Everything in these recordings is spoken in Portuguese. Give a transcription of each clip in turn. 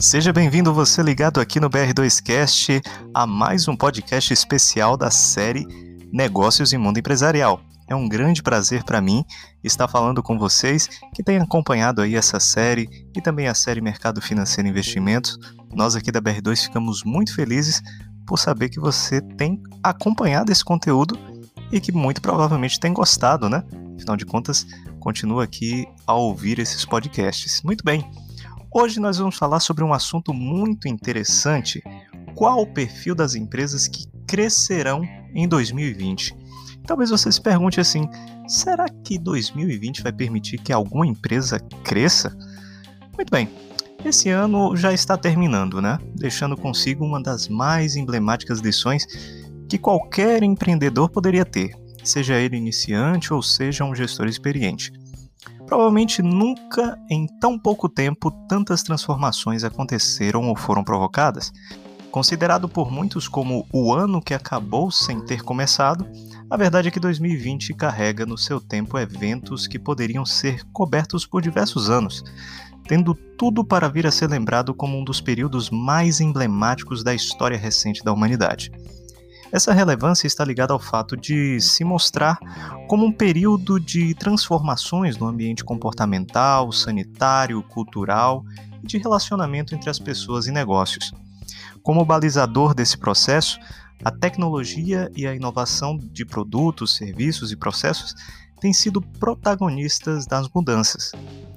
Seja bem-vindo você ligado aqui no BR2Cast a mais um podcast especial da série Negócios e Mundo Empresarial. É um grande prazer para mim estar falando com vocês que têm acompanhado aí essa série e também a série Mercado Financeiro e Investimentos. Nós aqui da BR2 ficamos muito felizes por saber que você tem acompanhado esse conteúdo e que muito provavelmente tem gostado, né? Afinal de contas, continua aqui a ouvir esses podcasts. Muito bem. Hoje nós vamos falar sobre um assunto muito interessante: qual o perfil das empresas que crescerão em 2020? Talvez você se pergunte assim, será que 2020 vai permitir que alguma empresa cresça? Muito bem, esse ano já está terminando, né? Deixando consigo uma das mais emblemáticas lições que qualquer empreendedor poderia ter, seja ele iniciante ou seja um gestor experiente. Provavelmente nunca em tão pouco tempo tantas transformações aconteceram ou foram provocadas. Considerado por muitos como o ano que acabou sem ter começado, a verdade é que 2020 carrega no seu tempo eventos que poderiam ser cobertos por diversos anos, tendo tudo para vir a ser lembrado como um dos períodos mais emblemáticos da história recente da humanidade. Essa relevância está ligada ao fato de se mostrar como um período de transformações no ambiente comportamental, sanitário, cultural e de relacionamento entre as pessoas e negócios. Como balizador desse processo, a tecnologia e a inovação de produtos, serviços e processos têm sido protagonistas das mudanças.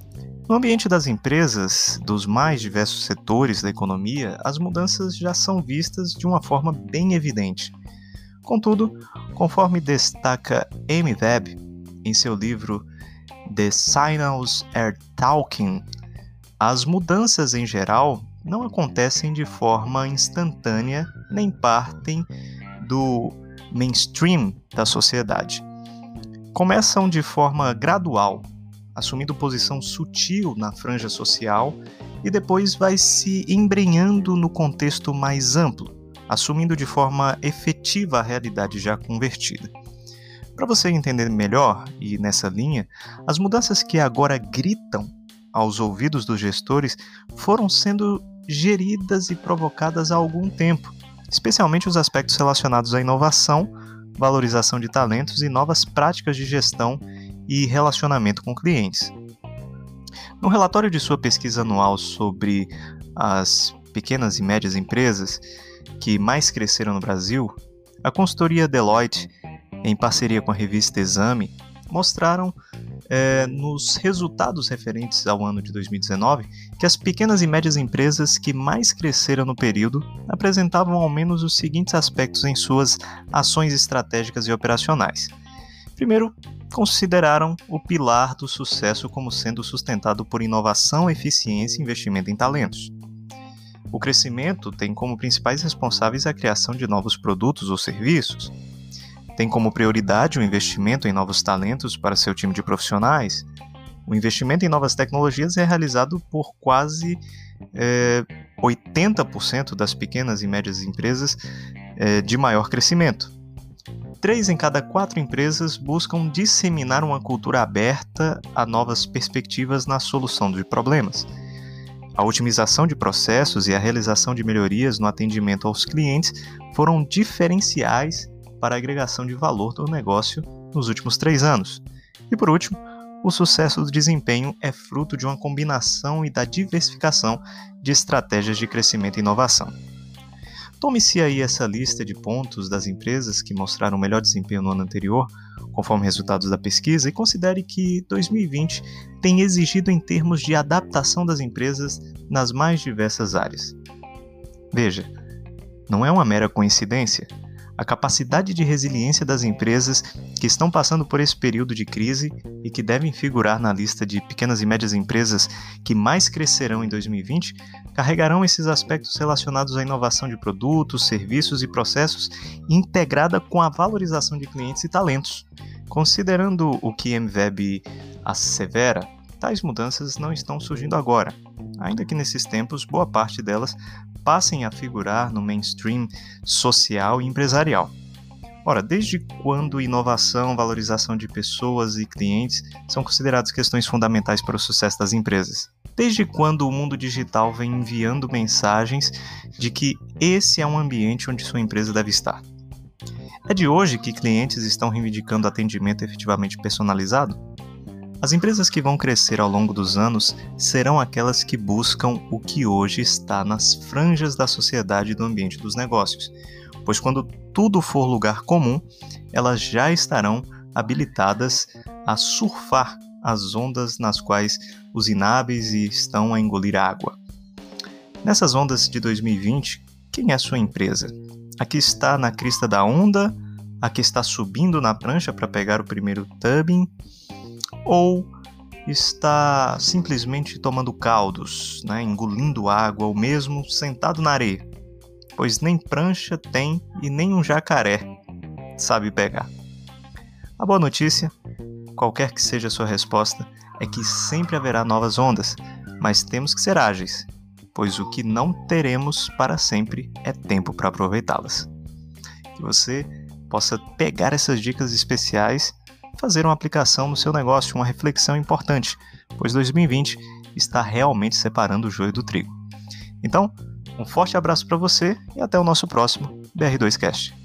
No ambiente das empresas, dos mais diversos setores da economia, as mudanças já são vistas de uma forma bem evidente. Contudo, conforme destaca Amy Webb em seu livro The Signals Are Talking, as mudanças em geral não acontecem de forma instantânea nem partem do mainstream da sociedade. Começam de forma gradual, assumindo posição sutil na franja social e depois vai se embrenhando no contexto mais amplo, assumindo de forma efetiva a realidade já convertida. Para você entender melhor, e nessa linha, as mudanças que agora gritam aos ouvidos dos gestores foram sendo geridas e provocadas há algum tempo, especialmente os aspectos relacionados à inovação, valorização de talentos e novas práticas de gestão e relacionamento com clientes. No relatório de sua pesquisa anual sobre as pequenas e médias empresas que mais cresceram no Brasil, a consultoria Deloitte, em parceria com a revista Exame, mostraram nos resultados referentes ao ano de 2019 que as pequenas e médias empresas que mais cresceram no período apresentavam ao menos os seguintes aspectos em suas ações estratégicas e operacionais. Primeiro, consideraram o pilar do sucesso como sendo sustentado por inovação, eficiência e investimento em talentos. O crescimento tem como principais responsáveis a criação de novos produtos ou serviços, tem como prioridade o investimento em novos talentos para seu time de profissionais. O investimento em novas tecnologias é realizado por quase 80% das pequenas e médias empresas de maior crescimento. 3 em cada 4 empresas buscam disseminar uma cultura aberta a novas perspectivas na solução de problemas. A otimização de processos e a realização de melhorias no atendimento aos clientes foram diferenciais para a agregação de valor do negócio nos últimos 3 anos. E por último, o sucesso do desempenho é fruto de uma combinação e da diversificação de estratégias de crescimento e inovação. Tome-se aí essa lista de pontos das empresas que mostraram melhor desempenho no ano anterior, conforme resultados da pesquisa, e considere que 2020 tem exigido em termos de adaptação das empresas nas mais diversas áreas. Veja, não é uma mera coincidência. A capacidade de resiliência das empresas que estão passando por esse período de crise e que devem figurar na lista de pequenas e médias empresas que mais crescerão em 2020 carregarão esses aspectos relacionados à inovação de produtos, serviços e processos integrada com a valorização de clientes e talentos. Considerando o que MWeb assevera, tais mudanças não estão surgindo agora, ainda que nesses tempos boa parte delas passem a figurar no mainstream social e empresarial. Ora, desde quando inovação, valorização de pessoas e clientes são consideradas questões fundamentais para o sucesso das empresas? Desde quando o mundo digital vem enviando mensagens de que esse é um ambiente onde sua empresa deve estar? É de hoje que clientes estão reivindicando atendimento efetivamente personalizado? As empresas que vão crescer ao longo dos anos serão aquelas que buscam o que hoje está nas franjas da sociedade e do ambiente dos negócios, pois quando tudo for lugar comum, elas já estarão habilitadas a surfar as ondas nas quais os inábeis estão a engolir água. Nessas ondas de 2020, quem é sua empresa? A que está na crista da onda? A que está subindo na prancha para pegar o primeiro tubbing? Ou está simplesmente tomando caldos, engolindo água, ou mesmo sentado na areia? Pois nem prancha tem e nem um jacaré sabe pegar. A boa notícia, qualquer que seja a sua resposta, é que sempre haverá novas ondas, mas temos que ser ágeis, pois o que não teremos para sempre é tempo para aproveitá-las. Que você possa pegar essas dicas especiais, fazer uma aplicação no seu negócio, uma reflexão importante, pois 2020 está realmente separando o joio do trigo. Então, um forte abraço para você e até o nosso próximo BR2Cast.